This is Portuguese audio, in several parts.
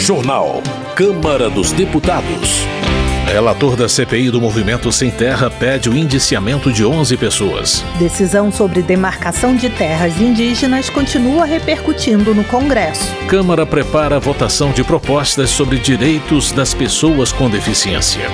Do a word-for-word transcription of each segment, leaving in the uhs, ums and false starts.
Jornal. Câmara dos Deputados. Relator da C P I do Movimento Sem Terra pede o indiciamento de onze pessoas. Decisão sobre demarcação de terras indígenas continua repercutindo no Congresso. Câmara prepara a votação de propostas sobre direitos das pessoas com deficiência.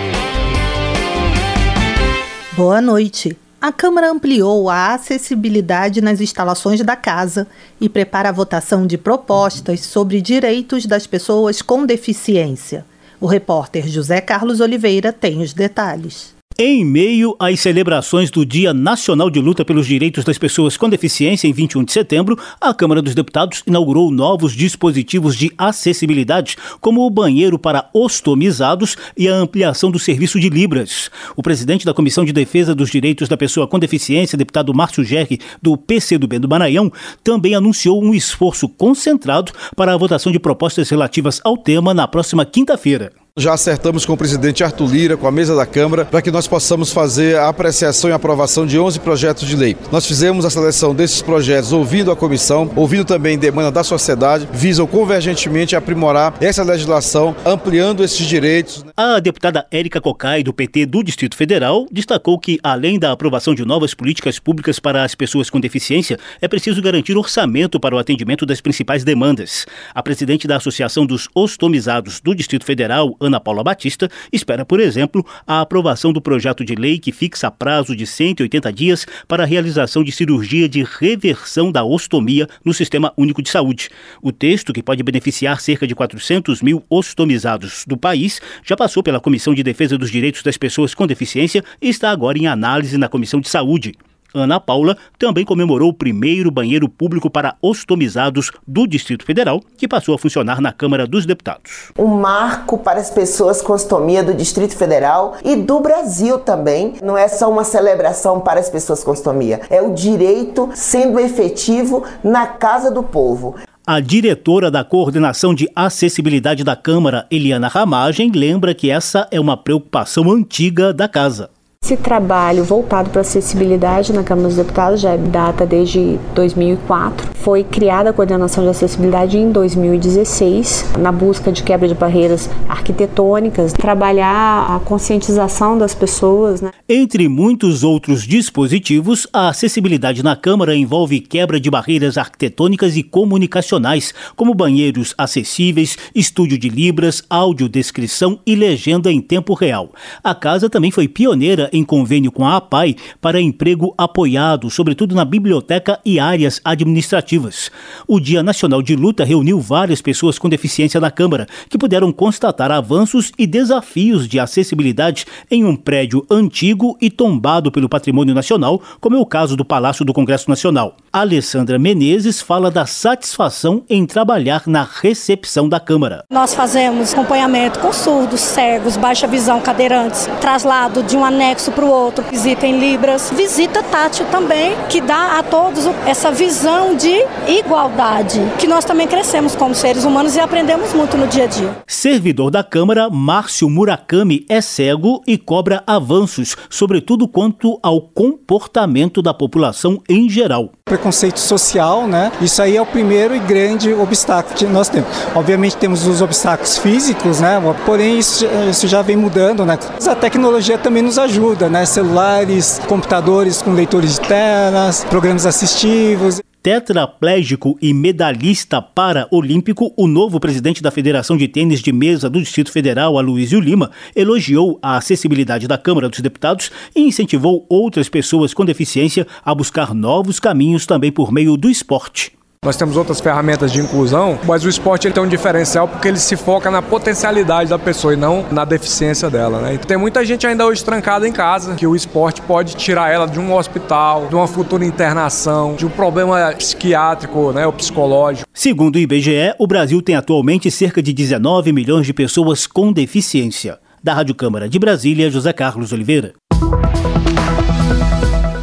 Boa noite. A Câmara ampliou a acessibilidade nas instalações da casa e prepara a votação de propostas sobre direitos das pessoas com deficiência. O repórter José Carlos Oliveira tem os detalhes. Em meio às celebrações do Dia Nacional de Luta pelos Direitos das Pessoas com Deficiência, em vinte e um de setembro, a Câmara dos Deputados inaugurou novos dispositivos de acessibilidade, como o banheiro para ostomizados e a ampliação do serviço de Libras. O presidente da Comissão de Defesa dos Direitos da Pessoa com Deficiência, deputado Márcio Gerri, do P C do B do Maranhão, também anunciou um esforço concentrado para a votação de propostas relativas ao tema na próxima quinta-feira. Já acertamos com o presidente Arthur Lira, com a mesa da Câmara, para que nós possamos fazer a apreciação e aprovação de onze projetos de lei. Nós fizemos a seleção desses projetos ouvindo a comissão, ouvindo também demanda da sociedade, visam convergentemente aprimorar essa legislação, ampliando esses direitos. A deputada Érica Cocai, do P T do Distrito Federal, destacou que, além da aprovação de novas políticas públicas para as pessoas com deficiência, é preciso garantir orçamento para o atendimento das principais demandas. A presidente da Associação dos Ostomizados do Distrito Federal, Ana Paula Batista, espera, por exemplo, a aprovação do projeto de lei que fixa prazo de cento e oitenta dias para a realização de cirurgia de reversão da ostomia no Sistema Único de Saúde. O texto, que pode beneficiar cerca de quatrocentos mil ostomizados do país, já passou pela Comissão de Defesa dos Direitos das Pessoas com Deficiência e está agora em análise na Comissão de Saúde. Ana Paula também comemorou o primeiro banheiro público para ostomizados do Distrito Federal, que passou a funcionar na Câmara dos Deputados. Um marco para as pessoas com ostomia do Distrito Federal e do Brasil também. Não é só uma celebração para as pessoas com ostomia, é o direito sendo efetivo na casa do povo. A diretora da Coordenação de Acessibilidade da Câmara, Eliana Ramagem, lembra que essa é uma preocupação antiga da casa. Esse trabalho voltado para a acessibilidade na Câmara dos Deputados já data desde dois mil e quatro. Foi criada a Coordenação de Acessibilidade em dois mil e dezesseis, na busca de quebra de barreiras arquitetônicas, trabalhar a conscientização das pessoas, né? Entre muitos outros dispositivos, a acessibilidade na Câmara envolve quebra de barreiras arquitetônicas e comunicacionais, como banheiros acessíveis, estúdio de Libras, audiodescrição e legenda em tempo real. A casa também foi pioneira em convênio com a APAI para emprego apoiado, sobretudo na biblioteca e áreas administrativas. O Dia Nacional de Luta reuniu várias pessoas com deficiência na Câmara, que puderam constatar avanços e desafios de acessibilidade em um prédio antigo e tombado pelo patrimônio nacional, como é o caso do Palácio do Congresso Nacional. Alessandra Menezes fala da satisfação em trabalhar na recepção da Câmara. Nós fazemos acompanhamento com surdos, cegos, baixa visão, cadeirantes, traslado de um anexo para o outro, visita em Libras, visita tátil também, que dá a todos essa visão de igualdade, que nós também crescemos como seres humanos e aprendemos muito no dia a dia. Servidor da Câmara, Márcio Murakami é cego e cobra avanços, sobretudo quanto ao comportamento da população em geral. Preconceito social, né? Isso aí é o primeiro e grande obstáculo que nós temos. Obviamente temos os obstáculos físicos, né? Porém isso, isso já vem mudando, né? A tecnologia também nos ajuda, né? Celulares, computadores com leitores de telas, programas assistivos. Tetraplégico e medalhista paraolímpico, o novo presidente da Federação de Tênis de Mesa do Distrito Federal, Aloysio Lima, elogiou a acessibilidade da Câmara dos Deputados e incentivou outras pessoas com deficiência a buscar novos caminhos também por meio do esporte. Nós temos outras ferramentas de inclusão, mas o esporte ele tem um diferencial porque ele se foca na potencialidade da pessoa e não na deficiência dela, né? Então, tem muita gente ainda hoje trancada em casa, que o esporte pode tirar ela de um hospital, de uma futura internação, de um problema psiquiátrico, né, ou psicológico. Segundo o I B G E, o Brasil tem atualmente cerca de dezenove milhões de pessoas com deficiência. Da Rádio Câmara de Brasília, José Carlos Oliveira.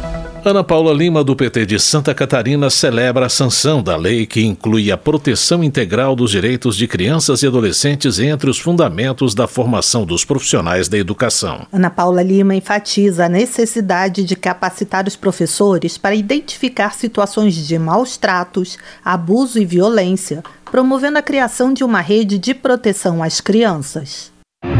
Ana Paula Lima, do P T de Santa Catarina, celebra a sanção da lei que inclui a proteção integral dos direitos de crianças e adolescentes entre os fundamentos da formação dos profissionais da educação. Ana Paula Lima enfatiza a necessidade de capacitar os professores para identificar situações de maus tratos, abuso e violência, promovendo a criação de uma rede de proteção às crianças.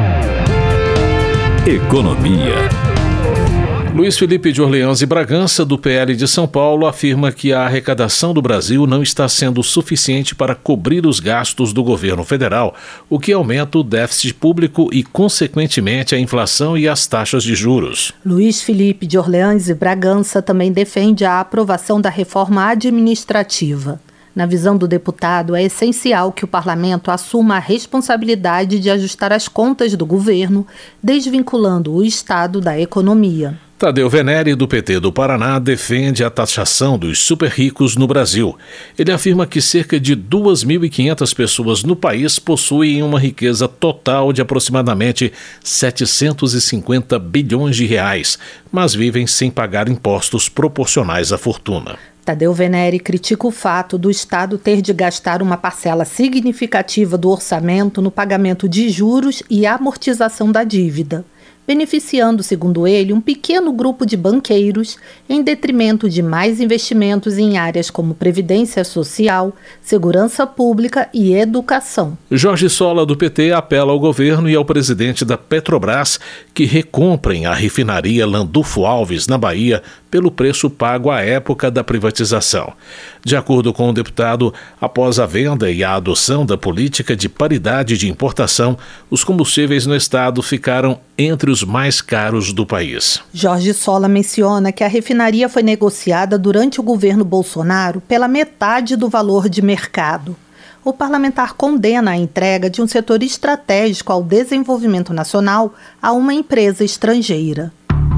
Economia. Luiz Felipe de Orleans e Bragança, do P L de São Paulo, afirma que a arrecadação do Brasil não está sendo suficiente para cobrir os gastos do governo federal, o que aumenta o déficit público e, consequentemente, a inflação e as taxas de juros. Luiz Felipe de Orleans e Bragança também defende a aprovação da reforma administrativa. Na visão do deputado, é essencial que o parlamento assuma a responsabilidade de ajustar as contas do governo, desvinculando o Estado da economia. Tadeu Venere, do P T do Paraná, defende a taxação dos super-ricos no Brasil. Ele afirma que cerca de duas mil e quinhentas pessoas no país possuem uma riqueza total de aproximadamente setecentos e cinquenta bilhões de reais, mas vivem sem pagar impostos proporcionais à fortuna. Tadeu Venere critica o fato do Estado ter de gastar uma parcela significativa do orçamento no pagamento de juros e amortização da dívida, beneficiando, segundo ele, um pequeno grupo de banqueiros em detrimento de mais investimentos em áreas como previdência social, segurança pública e educação. Jorge Sola, do P T, apela ao governo e ao presidente da Petrobras que recomprem a refinaria Landulfo Alves, na Bahia, pelo preço pago à época da privatização. De acordo com o deputado, após a venda e a adoção da política de paridade de importação, os combustíveis no estado ficaram entre os mais caros do país. Jorge Sola menciona que a refinaria foi negociada durante o governo Bolsonaro pela metade do valor de mercado. O parlamentar condena a entrega de um setor estratégico ao desenvolvimento nacional a uma empresa estrangeira.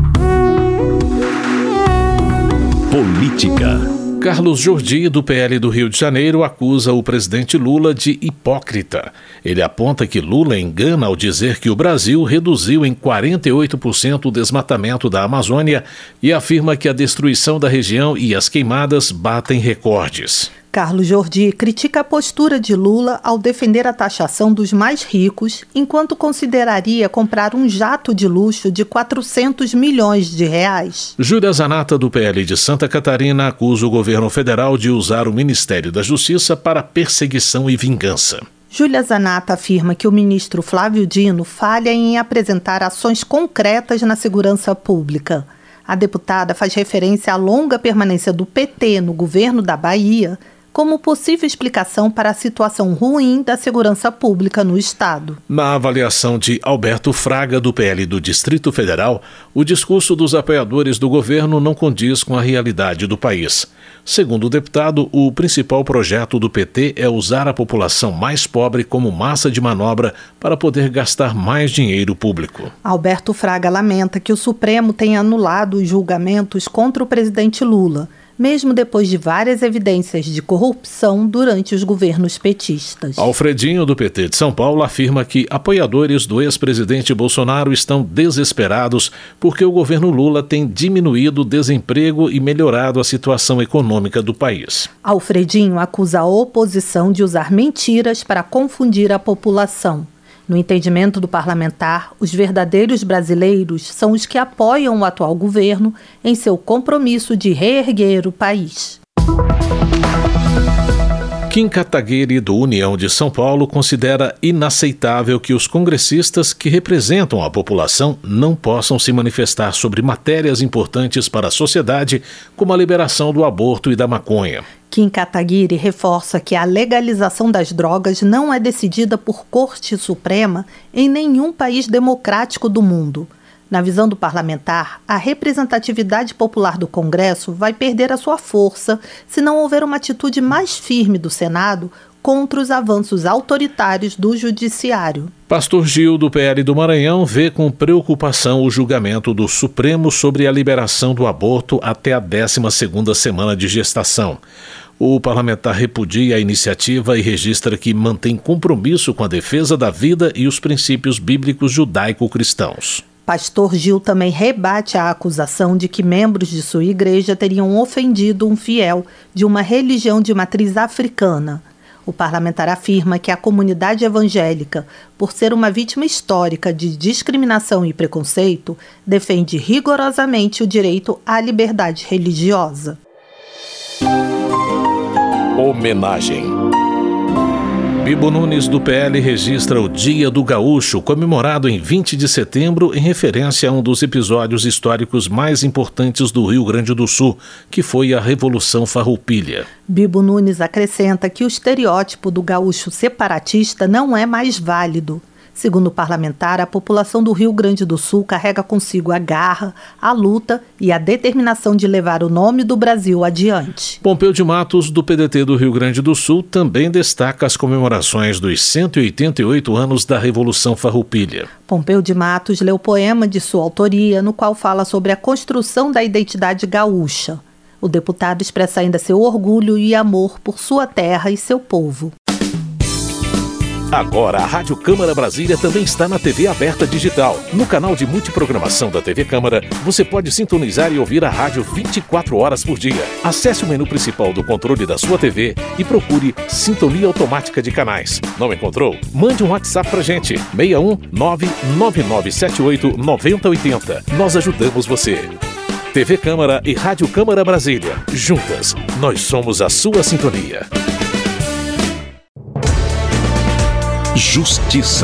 Política. Carlos Jordi, do P L do Rio de Janeiro, acusa o presidente Lula de hipócrita. Ele aponta que Lula engana ao dizer que o Brasil reduziu em quarenta e oito por cento o desmatamento da Amazônia e afirma que a destruição da região e as queimadas batem recordes. Carlos Jordi critica a postura de Lula ao defender a taxação dos mais ricos, enquanto consideraria comprar um jato de luxo de quatrocentos milhões de reais. Júlia Zanata, do P L de Santa Catarina, acusa o governo federal de usar o Ministério da Justiça para perseguição e vingança. Júlia Zanata afirma que o ministro Flávio Dino falha em apresentar ações concretas na segurança pública. A deputada faz referência à longa permanência do P T no governo da Bahia como possível explicação para a situação ruim da segurança pública no estado. Na avaliação de Alberto Fraga, do P L do Distrito Federal, o discurso dos apoiadores do governo não condiz com a realidade do país. Segundo o deputado, o principal projeto do P T é usar a população mais pobre como massa de manobra para poder gastar mais dinheiro público. Alberto Fraga lamenta que o Supremo tenha anulado os julgamentos contra o presidente Lula, mesmo depois de várias evidências de corrupção durante os governos petistas. Alfredinho, do P T de São Paulo, afirma que apoiadores do ex-presidente Bolsonaro estão desesperados porque o governo Lula tem diminuído o desemprego e melhorado a situação econômica do país. Alfredinho acusa a oposição de usar mentiras para confundir a população. No entendimento do parlamentar, os verdadeiros brasileiros são os que apoiam o atual governo em seu compromisso de reerguer o país. Kim Kataguiri, do União de São Paulo, considera inaceitável que os congressistas que representam a população não possam se manifestar sobre matérias importantes para a sociedade, como a liberação do aborto e da maconha. Kim Kataguiri reforça que a legalização das drogas não é decidida por Corte Suprema em nenhum país democrático do mundo. Na visão do parlamentar, a representatividade popular do Congresso vai perder a sua força se não houver uma atitude mais firme do Senado contra os avanços autoritários do Judiciário. Pastor Gil, do P L do Maranhão, vê com preocupação o julgamento do Supremo sobre a liberação do aborto até a décima segunda semana de gestação. O parlamentar repudia a iniciativa e registra que mantém compromisso com a defesa da vida e os princípios bíblicos judaico-cristãos. Pastor Gil também rebate a acusação de que membros de sua igreja teriam ofendido um fiel de uma religião de matriz africana. O parlamentar afirma que a comunidade evangélica, por ser uma vítima histórica de discriminação e preconceito, defende rigorosamente o direito à liberdade religiosa. Homenagem. Bibo Nunes, do P L, registra o Dia do Gaúcho, comemorado em vinte de setembro, em referência a um dos episódios históricos mais importantes do Rio Grande do Sul, que foi a Revolução Farroupilha. Bibo Nunes acrescenta que o estereótipo do gaúcho separatista não é mais válido. Segundo o parlamentar, a população do Rio Grande do Sul carrega consigo a garra, a luta e a determinação de levar o nome do Brasil adiante. Pompeu de Matos, do P D T do Rio Grande do Sul, também destaca as comemorações dos cento e oitenta e oito anos da Revolução Farroupilha. Pompeu de Matos leu poema de sua autoria, no qual fala sobre a construção da identidade gaúcha. O deputado expressa ainda seu orgulho e amor por sua terra e seu povo. Agora, a Rádio Câmara Brasília também está na T V aberta digital. No canal de multiprogramação da T V Câmara, você pode sintonizar e ouvir a rádio vinte e quatro horas por dia. Acesse o menu principal do controle da sua T V e procure Sintonia Automática de Canais. Não encontrou? Mande um WhatsApp pra gente. seis um nove nove nove sete oito nove zero oito zero. Nós ajudamos você. T V Câmara e Rádio Câmara Brasília. Juntas, nós somos a sua sintonia. Justiça.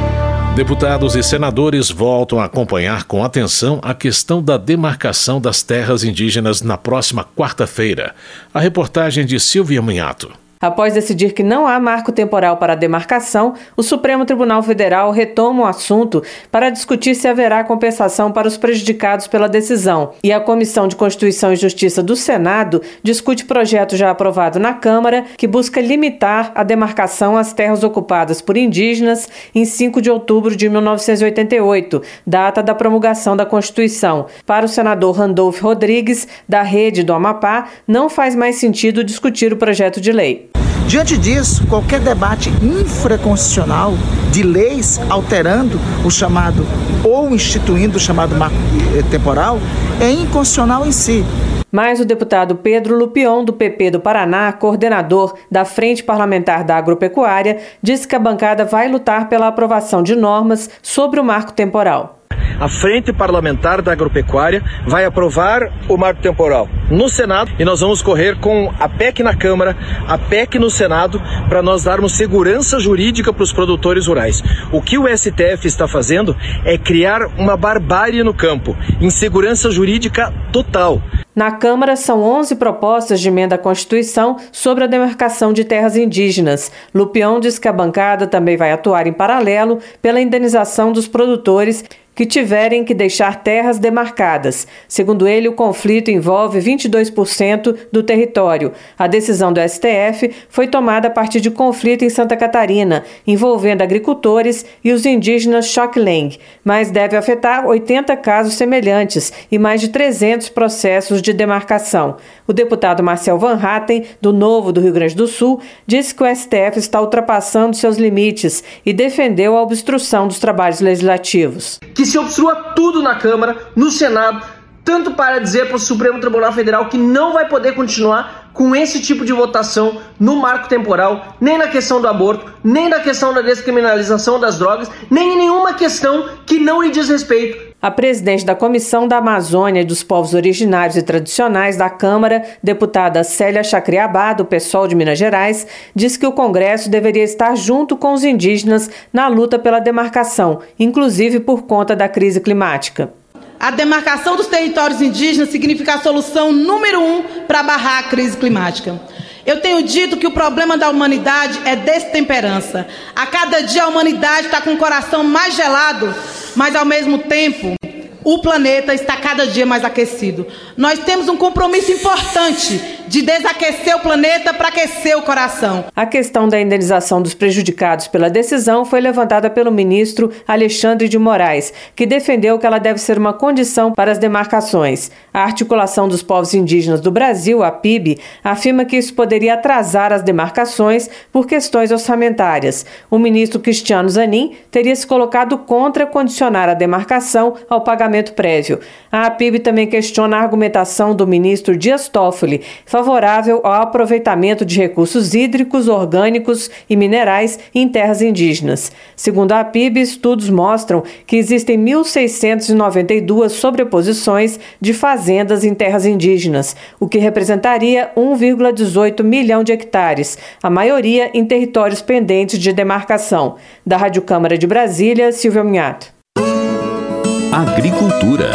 Deputados e senadores voltam a acompanhar com atenção a questão da demarcação das terras indígenas na próxima quarta-feira. A reportagem de Silvia Munhato. Após decidir que não há marco temporal para a demarcação, o Supremo Tribunal Federal retoma o assunto para discutir se haverá compensação para os prejudicados pela decisão. E a Comissão de Constituição e Justiça do Senado discute projeto já aprovado na Câmara que busca limitar a demarcação às terras ocupadas por indígenas em cinco de outubro de mil novecentos e oitenta e oito, data da promulgação da Constituição. Para o senador Randolfo Rodrigues, da Rede do Amapá, não faz mais sentido discutir o projeto de lei. Diante disso, qualquer debate infraconstitucional de leis alterando o chamado ou instituindo o chamado marco temporal é inconstitucional em si. Mas o deputado Pedro Lupion, do P P do Paraná, coordenador da Frente Parlamentar da Agropecuária, disse que a bancada vai lutar pela aprovação de normas sobre o marco temporal. A Frente Parlamentar da Agropecuária vai aprovar o marco temporal no Senado e nós vamos correr com a P E C na Câmara, a P E C no Senado, para nós darmos segurança jurídica para os produtores rurais. O que o S T F está fazendo é criar uma barbárie no campo, insegurança jurídica total. Na Câmara, são onze propostas de emenda à Constituição sobre a demarcação de terras indígenas. Lupion diz que a bancada também vai atuar em paralelo pela indenização dos produtores que tiverem que deixar terras demarcadas. Segundo ele, o conflito envolve vinte e dois por cento do território. A decisão do S T F foi tomada a partir de conflito em Santa Catarina, envolvendo agricultores e os indígenas Xokleng, mas deve afetar oitenta casos semelhantes e mais de trezentos processos de demarcação. O deputado Marcel Van Hatten, do Novo do Rio Grande do Sul, disse que o S T F está ultrapassando seus limites e defendeu a obstrução dos trabalhos legislativos. Que se obstrua tudo na Câmara, no Senado, tanto para dizer para o Supremo Tribunal Federal que não vai poder continuar com esse tipo de votação no marco temporal, nem na questão do aborto, nem na questão da descriminalização das drogas, nem em nenhuma questão que não lhe diz respeito. A presidente da Comissão da Amazônia e dos Povos Originários e Tradicionais da Câmara, deputada Célia Chacriabá, do PSOL de Minas Gerais, disse que o Congresso deveria estar junto com os indígenas na luta pela demarcação, inclusive por conta da crise climática. A demarcação dos territórios indígenas significa a solução número um para barrar a crise climática. Eu tenho dito que o problema da humanidade é destemperança. A cada dia a humanidade está com o coração mais gelado, mas ao mesmo tempo o planeta está cada dia mais aquecido. Nós temos um compromisso importante de desaquecer o planeta para aquecer o coração. A questão da indenização dos prejudicados pela decisão foi levantada pelo ministro Alexandre de Moraes, que defendeu que ela deve ser uma condição para as demarcações. A Articulação dos Povos Indígenas do Brasil, a P I B, afirma que isso poderia atrasar as demarcações por questões orçamentárias. O ministro Cristiano Zanin teria se colocado contra condicionar a demarcação ao pagamento prévio. A P I B também questiona a argumentação do ministro Dias Toffoli, favorável ao aproveitamento de recursos hídricos, orgânicos e minerais em terras indígenas. Segundo a P I B, estudos mostram que existem mil seiscentas e noventa e duas sobreposições de fazendas em terras indígenas, o que representaria um vírgula dezoito milhão de hectares, a maioria em territórios pendentes de demarcação. Da Rádio Câmara de Brasília, Silvia Minhato. Agricultura.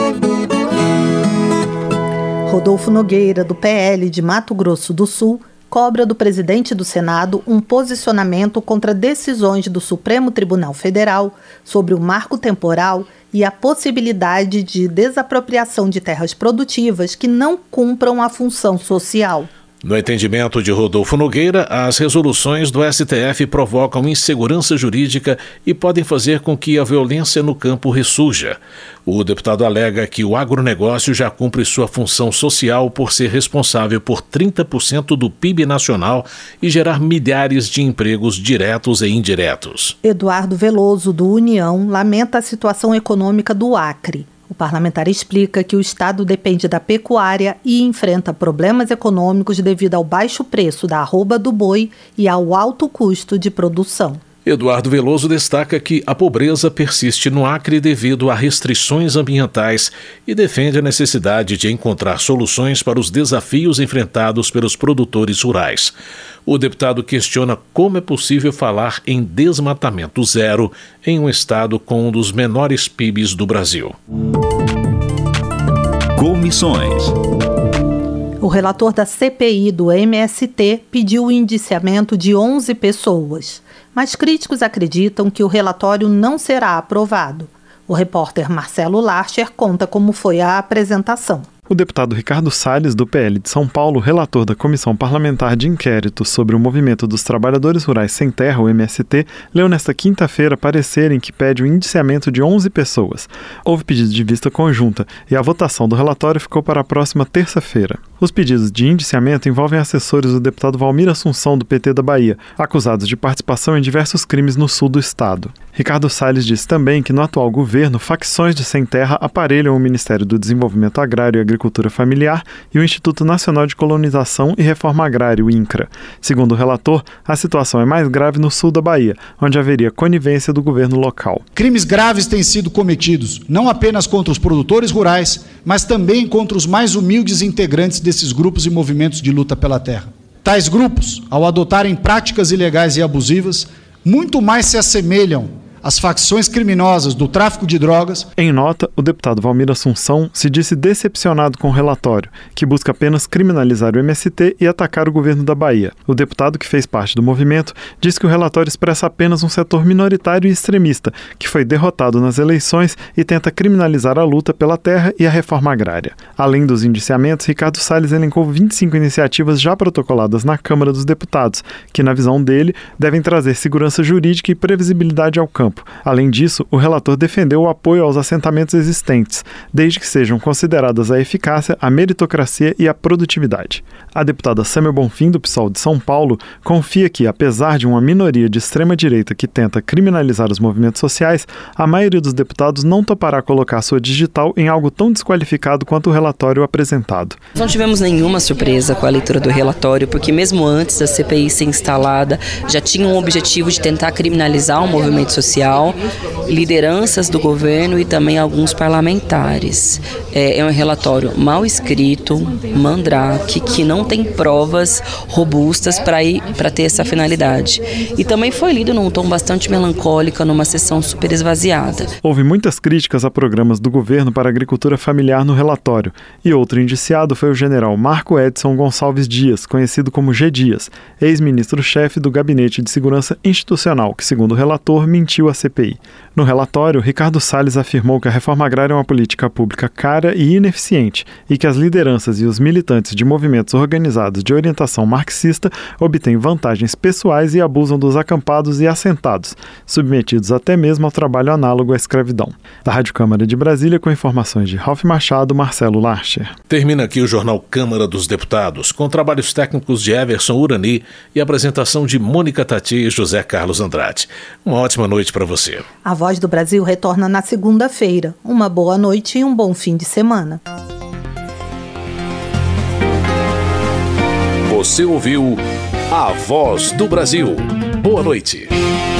Rodolfo Nogueira, do P L de Mato Grosso do Sul, cobra do presidente do Senado um posicionamento contra decisões do Supremo Tribunal Federal sobre o marco temporal e a possibilidade de desapropriação de terras produtivas que não cumpram a função social. No entendimento de Rodolfo Nogueira, as resoluções do S T F provocam insegurança jurídica e podem fazer com que a violência no campo ressurja. O deputado alega que o agronegócio já cumpre sua função social por ser responsável por trinta por cento do P I B nacional e gerar milhares de empregos diretos e indiretos. Eduardo Veloso, do União, lamenta a situação econômica do Acre. O parlamentar explica que o estado depende da pecuária e enfrenta problemas econômicos devido ao baixo preço da arroba do boi e ao alto custo de produção. Eduardo Veloso destaca que a pobreza persiste no Acre devido a restrições ambientais e defende a necessidade de encontrar soluções para os desafios enfrentados pelos produtores rurais. O deputado questiona como é possível falar em desmatamento zero em um estado com um dos menores P I Bs do Brasil. Comissões. O relator da C P I do M S T pediu o indiciamento de onze pessoas, mas críticos acreditam que o relatório não será aprovado. O repórter Marcelo Larcher conta como foi a apresentação. O deputado Ricardo Salles, do P L de São Paulo, relator da Comissão Parlamentar de Inquérito sobre o Movimento dos Trabalhadores Rurais Sem Terra, o M S T, leu nesta quinta-feira parecer em que pede o indiciamento de onze pessoas. Houve pedido de vista conjunta e a votação do relatório ficou para a próxima terça-feira. Os pedidos de indiciamento envolvem assessores do deputado Valmir Assunção, do P T da Bahia, acusados de participação em diversos crimes no sul do estado. Ricardo Salles disse também que no atual governo, facções de Sem Terra aparelham o Ministério do Desenvolvimento Agrário e Agricultura Familiar e o Instituto Nacional de Colonização e Reforma Agrária, o INCRA. Segundo o relator, a situação é mais grave no sul da Bahia, onde haveria conivência do governo local. Crimes graves têm sido cometidos, não apenas contra os produtores rurais, mas também contra os mais humildes integrantes desses grupos e movimentos de luta pela terra. Tais grupos, ao adotarem práticas ilegais e abusivas, muito mais se assemelham às facções criminosas do tráfico de drogas. Em nota, o deputado Valmir Assunção se disse decepcionado com o relatório, que busca apenas criminalizar o M S T e atacar o governo da Bahia. O deputado, que fez parte do movimento, diz que o relatório expressa apenas um setor minoritário e extremista, que foi derrotado nas eleições e tenta criminalizar a luta pela terra e a reforma agrária. Além dos indiciamentos, Ricardo Salles elencou vinte e cinco iniciativas já protocoladas na Câmara dos Deputados, que, na visão dele, devem trazer segurança jurídica e previsibilidade ao campo. Além disso, o relator defendeu o apoio aos assentamentos existentes, desde que sejam consideradas a eficácia, a meritocracia e a produtividade. A deputada Sâmia Bonfim, do P SOL de São Paulo, confia que, apesar de uma minoria de extrema-direita que tenta criminalizar os movimentos sociais, a maioria dos deputados não topará colocar sua digital em algo tão desqualificado quanto o relatório apresentado. Não tivemos nenhuma surpresa com a leitura do relatório, porque mesmo antes da C P I ser instalada, já tinha um objetivo de tentar criminalizar o movimento social, lideranças do governo e também alguns parlamentares. É, é um relatório mal escrito, mandrake, que não tem provas robustas para ir para ter essa finalidade. E também foi lido num tom bastante melancólico, numa sessão super esvaziada. Houve muitas críticas a programas do governo para a agricultura familiar no relatório, e outro indiciado foi o general Marco Edson Gonçalves Dias, conhecido como G. Dias, ex-ministro-chefe do Gabinete de Segurança Institucional, que, segundo o relator, mentiu à C P I. No relatório, Ricardo Salles afirmou que a reforma agrária é uma política pública cara e ineficiente e que as lideranças e os militantes de movimentos organizados de orientação marxista obtêm vantagens pessoais e abusam dos acampados e assentados, submetidos até mesmo ao trabalho análogo à escravidão. Da Rádio Câmara de Brasília, com informações de Ralf Machado, Marcelo Larcher. Termina aqui o Jornal Câmara dos Deputados, com trabalhos técnicos de Everson Urani e apresentação de Mônica Tati e José Carlos Andrade. Uma ótima noite para você. A Voz do Brasil retorna na segunda-feira. Uma boa noite e um bom fim de semana. Você ouviu A Voz do Brasil. Boa noite.